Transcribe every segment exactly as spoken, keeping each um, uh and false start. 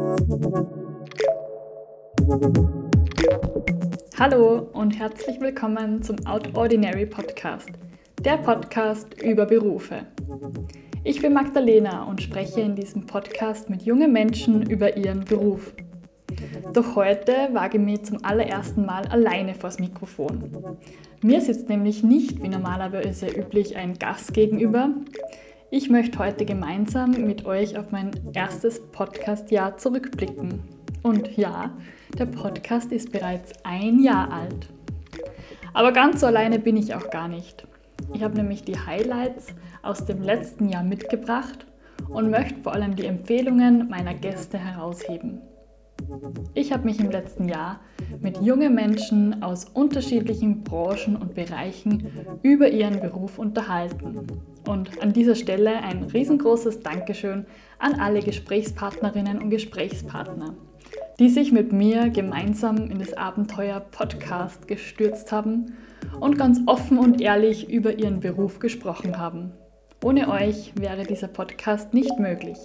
Hallo und herzlich willkommen zum Outordinary Podcast, der Podcast über Berufe. Ich bin Magdalena und spreche in diesem Podcast mit jungen Menschen über ihren Beruf. Doch heute wage ich mich zum allerersten Mal alleine vors Mikrofon. Mir sitzt nämlich nicht wie normalerweise üblich ein Gast gegenüber. Ich möchte heute gemeinsam mit euch auf mein erstes Podcast-Jahr zurückblicken. Und ja, der Podcast ist bereits ein Jahr alt. Aber ganz so alleine bin ich auch gar nicht. Ich habe nämlich die Highlights aus dem letzten Jahr mitgebracht und möchte vor allem die Empfehlungen meiner Gäste herausheben. Ich habe mich im letzten Jahr mit jungen Menschen aus unterschiedlichen Branchen und Bereichen über ihren Beruf unterhalten. Und an dieser Stelle ein riesengroßes Dankeschön an alle Gesprächspartnerinnen und Gesprächspartner, die sich mit mir gemeinsam in das Abenteuer Podcast gestürzt haben und ganz offen und ehrlich über ihren Beruf gesprochen haben. Ohne euch wäre dieser Podcast nicht möglich.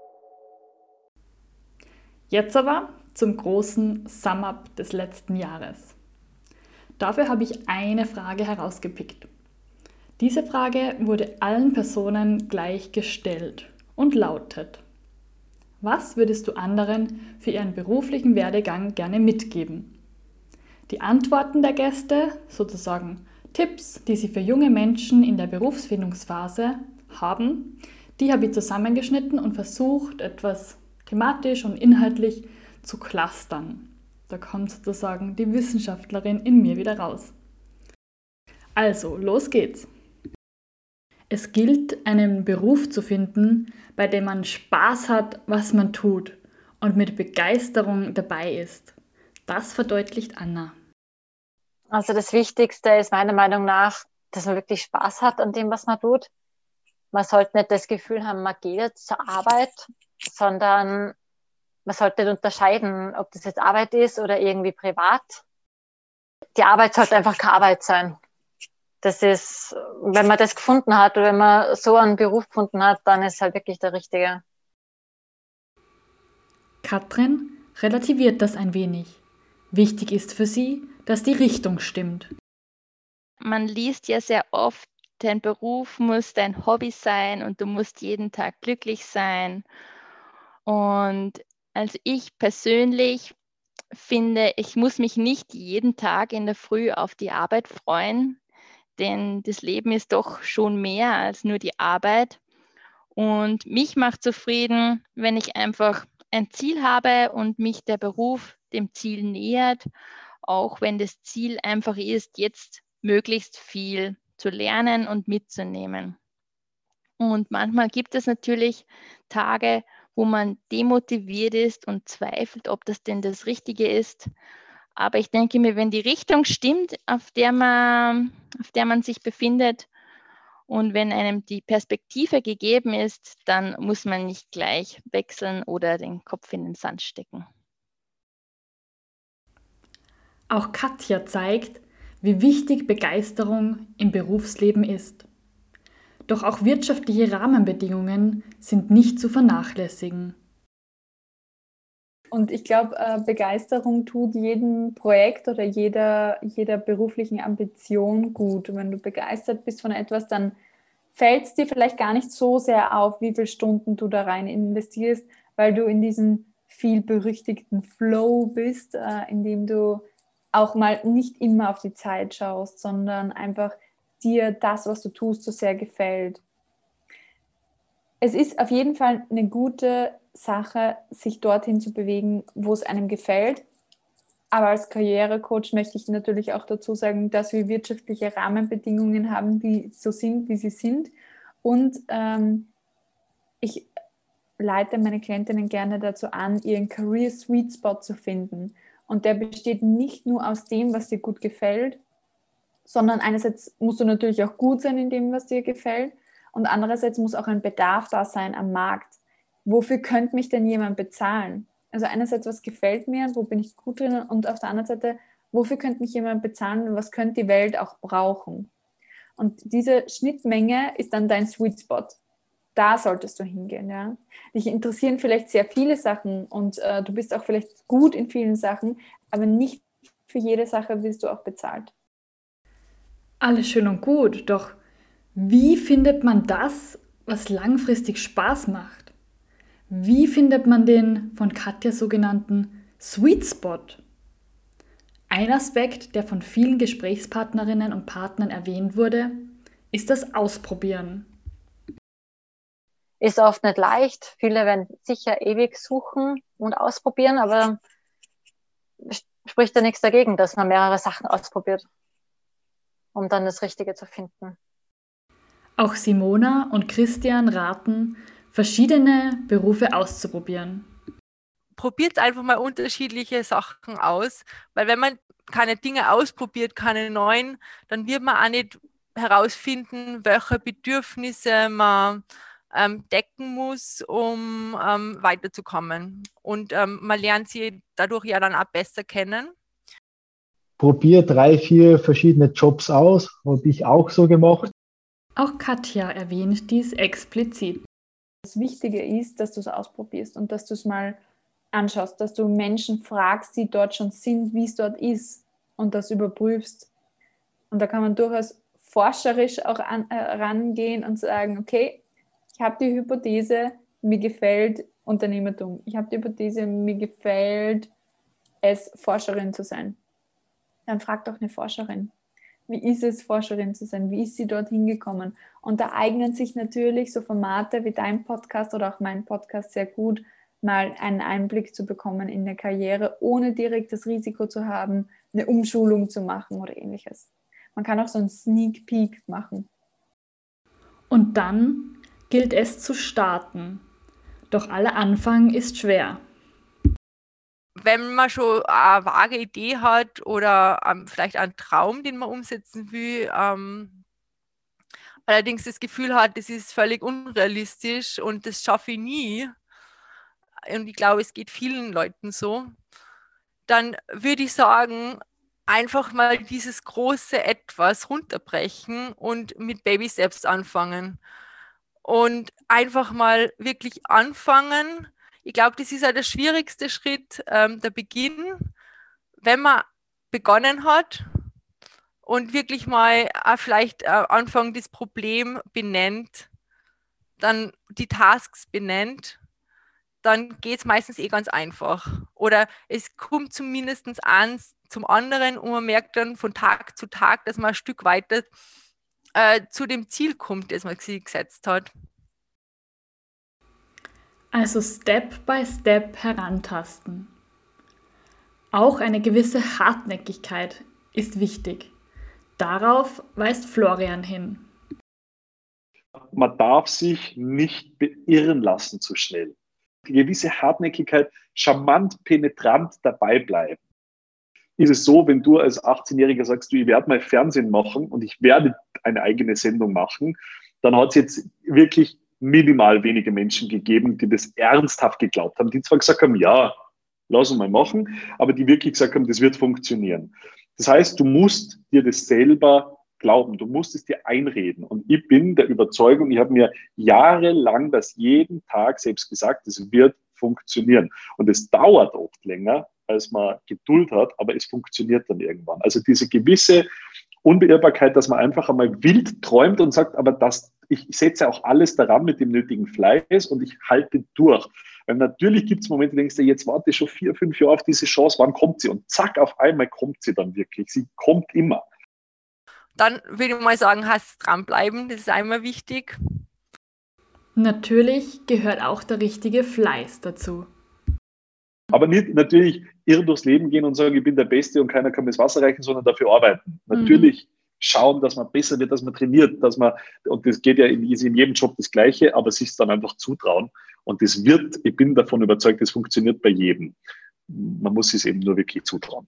Jetzt aber zum großen Sum-Up des letzten Jahres. Dafür habe ich eine Frage herausgepickt. Diese Frage wurde allen Personen gleich gestellt und lautet: Was würdest du anderen für ihren beruflichen Werdegang gerne mitgeben? Die Antworten der Gäste, sozusagen Tipps, die sie für junge Menschen in der Berufsfindungsphase haben, die habe ich zusammengeschnitten und versucht, etwas thematisch und inhaltlich zu clustern. Da kommt sozusagen die Wissenschaftlerin in mir wieder raus. Also, los geht's! Es gilt, einen Beruf zu finden, bei dem man Spaß hat, was man tut und mit Begeisterung dabei ist. Das verdeutlicht Anna. Also das Wichtigste ist meiner Meinung nach, dass man wirklich Spaß hat an dem, was man tut. Man sollte nicht das Gefühl haben, man geht jetzt zur Arbeit, sondern man sollte nicht unterscheiden, ob das jetzt Arbeit ist oder irgendwie privat. Die Arbeit sollte einfach keine Arbeit sein. Das ist, wenn man das gefunden hat oder wenn man so einen Beruf gefunden hat, dann ist es halt wirklich der richtige. Katrin relativiert das ein wenig. Wichtig ist für sie, dass die Richtung stimmt. Man liest ja sehr oft, dein Beruf muss dein Hobby sein und du musst jeden Tag glücklich sein. Und also ich persönlich finde, ich muss mich nicht jeden Tag in der Früh auf die Arbeit freuen, denn das Leben ist doch schon mehr als nur die Arbeit. Und mich macht zufrieden, wenn ich einfach ein Ziel habe und mich der Beruf dem Ziel nähert, auch wenn das Ziel einfach ist, jetzt möglichst viel zu lernen und mitzunehmen. Und manchmal gibt es natürlich Tage, wo man demotiviert ist und zweifelt, ob das denn das Richtige ist. Aber ich denke mir, wenn die Richtung stimmt, auf der man, auf der man sich befindet und wenn einem die Perspektive gegeben ist, dann muss man nicht gleich wechseln oder den Kopf in den Sand stecken. Auch Katja zeigt, wie wichtig Begeisterung im Berufsleben ist. Doch auch wirtschaftliche Rahmenbedingungen sind nicht zu vernachlässigen. Und ich glaube, Begeisterung tut jedem Projekt oder jeder, jeder beruflichen Ambition gut. Und wenn du begeistert bist von etwas, dann fällt es dir vielleicht gar nicht so sehr auf, wie viele Stunden du da rein investierst, weil du in diesem viel berüchtigten Flow bist, in dem du auch mal nicht immer auf die Zeit schaust, sondern einfach dir das, was du tust, so sehr gefällt. Es ist auf jeden Fall eine gute Sache, sich dorthin zu bewegen, wo es einem gefällt. Aber als Karrierecoach möchte ich natürlich auch dazu sagen, dass wir wirtschaftliche Rahmenbedingungen haben, die so sind, wie sie sind. Und ähm, ich leite meine Klientinnen gerne dazu an, ihren Career Sweet Spot zu finden. Und der besteht nicht nur aus dem, was dir gut gefällt, sondern einerseits musst du natürlich auch gut sein in dem, was dir gefällt, und andererseits muss auch ein Bedarf da sein am Markt. Wofür könnte mich denn jemand bezahlen? Also einerseits, was gefällt mir, wo bin ich gut drin, und auf der anderen Seite, wofür könnte mich jemand bezahlen und was könnte die Welt auch brauchen? Und diese Schnittmenge ist dann dein Sweet Spot. da solltest du hingehen. Ja? Dich interessieren vielleicht sehr viele Sachen und äh, du bist auch vielleicht gut in vielen Sachen, aber nicht für jede Sache wirst du auch bezahlt. Alles schön und gut, doch wie findet man das, was langfristig Spaß macht? Wie findet man den von Katja sogenannten Sweet Spot? Ein Aspekt, der von vielen Gesprächspartnerinnen und Partnern erwähnt wurde, ist das Ausprobieren. Ist oft nicht leicht. Viele werden sicher ewig suchen und ausprobieren, aber spricht ja nichts dagegen, dass man mehrere Sachen ausprobiert, um dann das Richtige zu finden. Auch Simona und Christian raten, verschiedene Berufe auszuprobieren. Probiert einfach mal unterschiedliche Sachen aus, weil wenn man keine Dinge ausprobiert, keine neuen, dann wird man auch nicht herausfinden, welche Bedürfnisse man ähm, decken muss, um ähm, weiterzukommen. Und ähm, man lernt sie dadurch ja dann auch besser kennen. Probier drei, vier verschiedene Jobs aus, habe ich auch so gemacht. Auch Katja erwähnt dies explizit. Das Wichtige ist, dass du es ausprobierst und dass du es mal anschaust, dass du Menschen fragst, die dort schon sind, wie es dort ist und das überprüfst. Und da kann man durchaus forscherisch auch an, äh, rangehen und sagen, okay, ich habe die Hypothese, mir gefällt Unternehmertum. Ich habe die Hypothese, mir gefällt es, Forscherin zu sein. Dann frag doch eine Forscherin. Wie ist es, Forscherin zu sein? Wie ist sie dorthin gekommen? Und da eignen sich natürlich so Formate wie dein Podcast oder auch mein Podcast sehr gut, mal einen Einblick zu bekommen in der Karriere, ohne direkt das Risiko zu haben, eine Umschulung zu machen oder ähnliches. Man kann auch so einen Sneak Peek machen. Und dann gilt es zu starten. Doch aller Anfang ist schwer. Wenn man schon eine vage Idee hat oder ähm, vielleicht einen Traum, den man umsetzen will, ähm, allerdings das Gefühl hat, das ist völlig unrealistisch und das schaffe ich nie, und ich glaube, es geht vielen Leuten so, dann würde ich sagen, einfach mal dieses große Etwas runterbrechen und mit Baby Steps anfangen. Und einfach mal wirklich anfangen. Ich glaube, das ist ja der schwierigste Schritt, ähm, der Beginn, wenn man begonnen hat und wirklich mal äh, vielleicht äh, Anfang das Problem benennt, dann die Tasks benennt, dann geht es meistens eh ganz einfach. Oder es kommt zumindest eins zum anderen und man merkt dann von Tag zu Tag, dass man ein Stück weiter äh, zu dem Ziel kommt, das man sich gesetzt hat. Also Step by Step herantasten. Auch eine gewisse Hartnäckigkeit ist wichtig. Darauf weist Florian hin. Man darf sich nicht beirren lassen zu schnell. Die gewisse Hartnäckigkeit, charmant, penetrant dabei bleiben. Ist es so, wenn du als achtzehnjähriger sagst, du, ich werde mal Fernsehen machen und ich werde eine eigene Sendung machen, dann hat es jetzt wirklich minimal wenige Menschen gegeben, die das ernsthaft geglaubt haben, die zwar gesagt haben, ja, lass uns mal machen, aber die wirklich gesagt haben, das wird funktionieren. Das heißt, du musst dir das selber glauben, du musst es dir einreden. Und ich bin der Überzeugung, ich habe mir jahrelang das jeden Tag selbst gesagt, es wird funktionieren. Und es dauert oft länger, als man Geduld hat, aber es funktioniert dann irgendwann. Also diese gewisse Unbeirrbarkeit, dass man einfach einmal wild träumt und sagt, aber das, ich setze auch alles daran mit dem nötigen Fleiß und ich halte durch. Weil natürlich gibt es Momente, denkst du, jetzt warte ich schon vier, fünf Jahre auf diese Chance, wann kommt sie? Und zack, auf einmal kommt sie dann wirklich. Sie kommt immer. Dann würde ich mal sagen, heißt dranbleiben, das ist einmal wichtig. Natürlich gehört auch der richtige Fleiß dazu. Aber nicht natürlich irr durchs Leben gehen und sagen, ich bin der Beste und keiner kann mir das Wasser reichen, sondern dafür arbeiten. Mhm. Natürlich schauen, dass man besser wird, dass man trainiert, dass man, und das geht ja in, ist in jedem Job das Gleiche, aber sich dann einfach zutrauen. Und das wird, ich bin davon überzeugt, das funktioniert bei jedem. Man muss es eben nur wirklich zutrauen.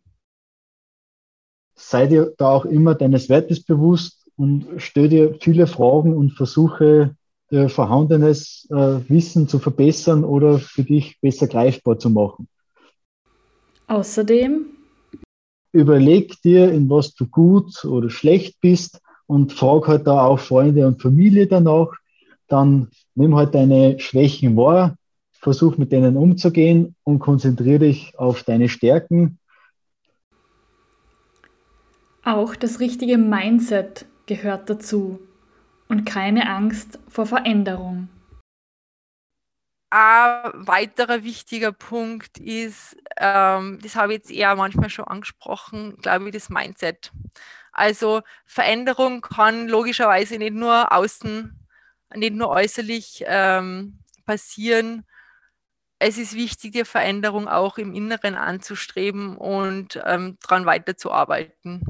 Sei dir da auch immer deines Wertes bewusst und stell dir viele Fragen und versuche, äh, vorhandenes äh, Wissen zu verbessern oder für dich besser greifbar zu machen. Außerdem überleg dir, in was du gut oder schlecht bist und frag halt da auch Freunde und Familie danach, dann nimm halt deine Schwächen wahr, versuch mit denen umzugehen und konzentriere dich auf deine Stärken. Auch das richtige Mindset gehört dazu und keine Angst vor Veränderung. Ein weiterer wichtiger Punkt ist, ähm, das habe ich jetzt eher manchmal schon angesprochen, glaube ich, das Mindset. Also Veränderung kann logischerweise nicht nur außen, nicht nur äußerlich ähm, passieren. Es ist wichtig, die Veränderung auch im Inneren anzustreben und ähm, daran weiterzuarbeiten.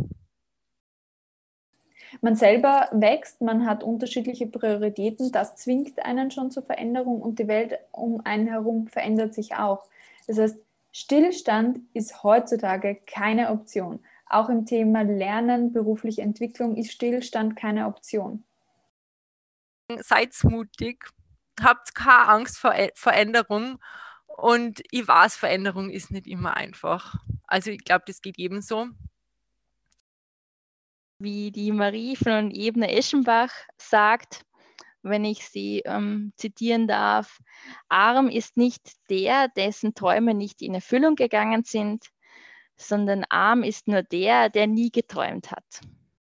Man selber wächst, man hat unterschiedliche Prioritäten, das zwingt einen schon zur Veränderung und die Welt um einen herum verändert sich auch. Das heißt, Stillstand ist heutzutage keine Option. Auch im Thema Lernen, berufliche Entwicklung ist Stillstand keine Option. Seid mutig, habt keine Angst vor Veränderung und ich weiß, Veränderung ist nicht immer einfach. Also ich glaube, das geht jedem so. Wie die Marie von Ebner-Eschenbach sagt, wenn ich sie ähm, zitieren darf, arm ist nicht der, dessen Träume nicht in Erfüllung gegangen sind, sondern arm ist nur der, der nie geträumt hat.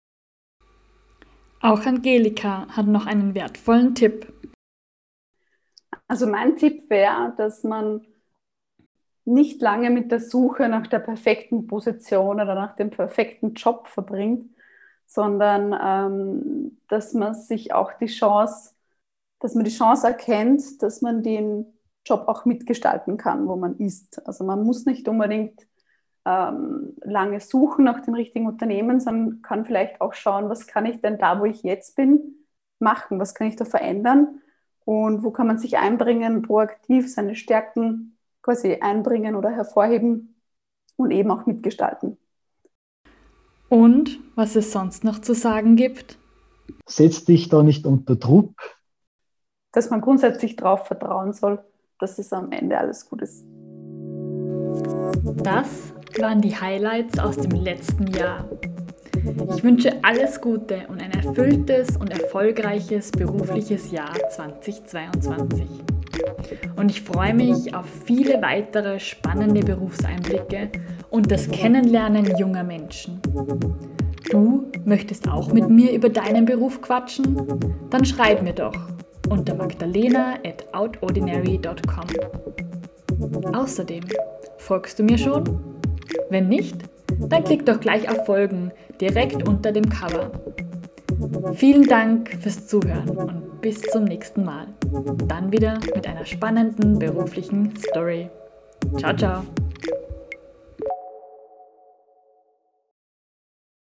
Auch Angelika hat noch einen wertvollen Tipp. Also mein Tipp wäre, dass man nicht lange mit der Suche nach der perfekten Position oder nach dem perfekten Job verbringt, sondern ähm, dass man sich auch die Chance, dass man die Chance erkennt, dass man den Job auch mitgestalten kann, wo man ist. Also man muss nicht unbedingt ähm, lange suchen nach den richtigen Unternehmen, sondern kann vielleicht auch schauen, was kann ich denn da, wo ich jetzt bin, machen, was kann ich da verändern und wo kann man sich einbringen, proaktiv seine Stärken quasi einbringen oder hervorheben und eben auch mitgestalten. Und was es sonst noch zu sagen gibt? Setz dich da nicht unter Druck. Dass man grundsätzlich darauf vertrauen soll, dass es am Ende alles gut ist. Das waren die Highlights aus dem letzten Jahr. Ich wünsche alles Gute und ein erfülltes und erfolgreiches berufliches Jahr zweitausendzweiundzwanzig. Und ich freue mich auf viele weitere spannende Berufseinblicke und das Kennenlernen junger Menschen. Du möchtest auch mit mir über deinen Beruf quatschen? Dann schreib mir doch unter magdalena at outordinary dot com. Außerdem, folgst du mir schon? Wenn nicht, dann klick doch gleich auf Folgen direkt unter dem Cover. Vielen Dank fürs Zuhören und bis zum nächsten Mal. Dann wieder mit einer spannenden beruflichen Story. Ciao, ciao.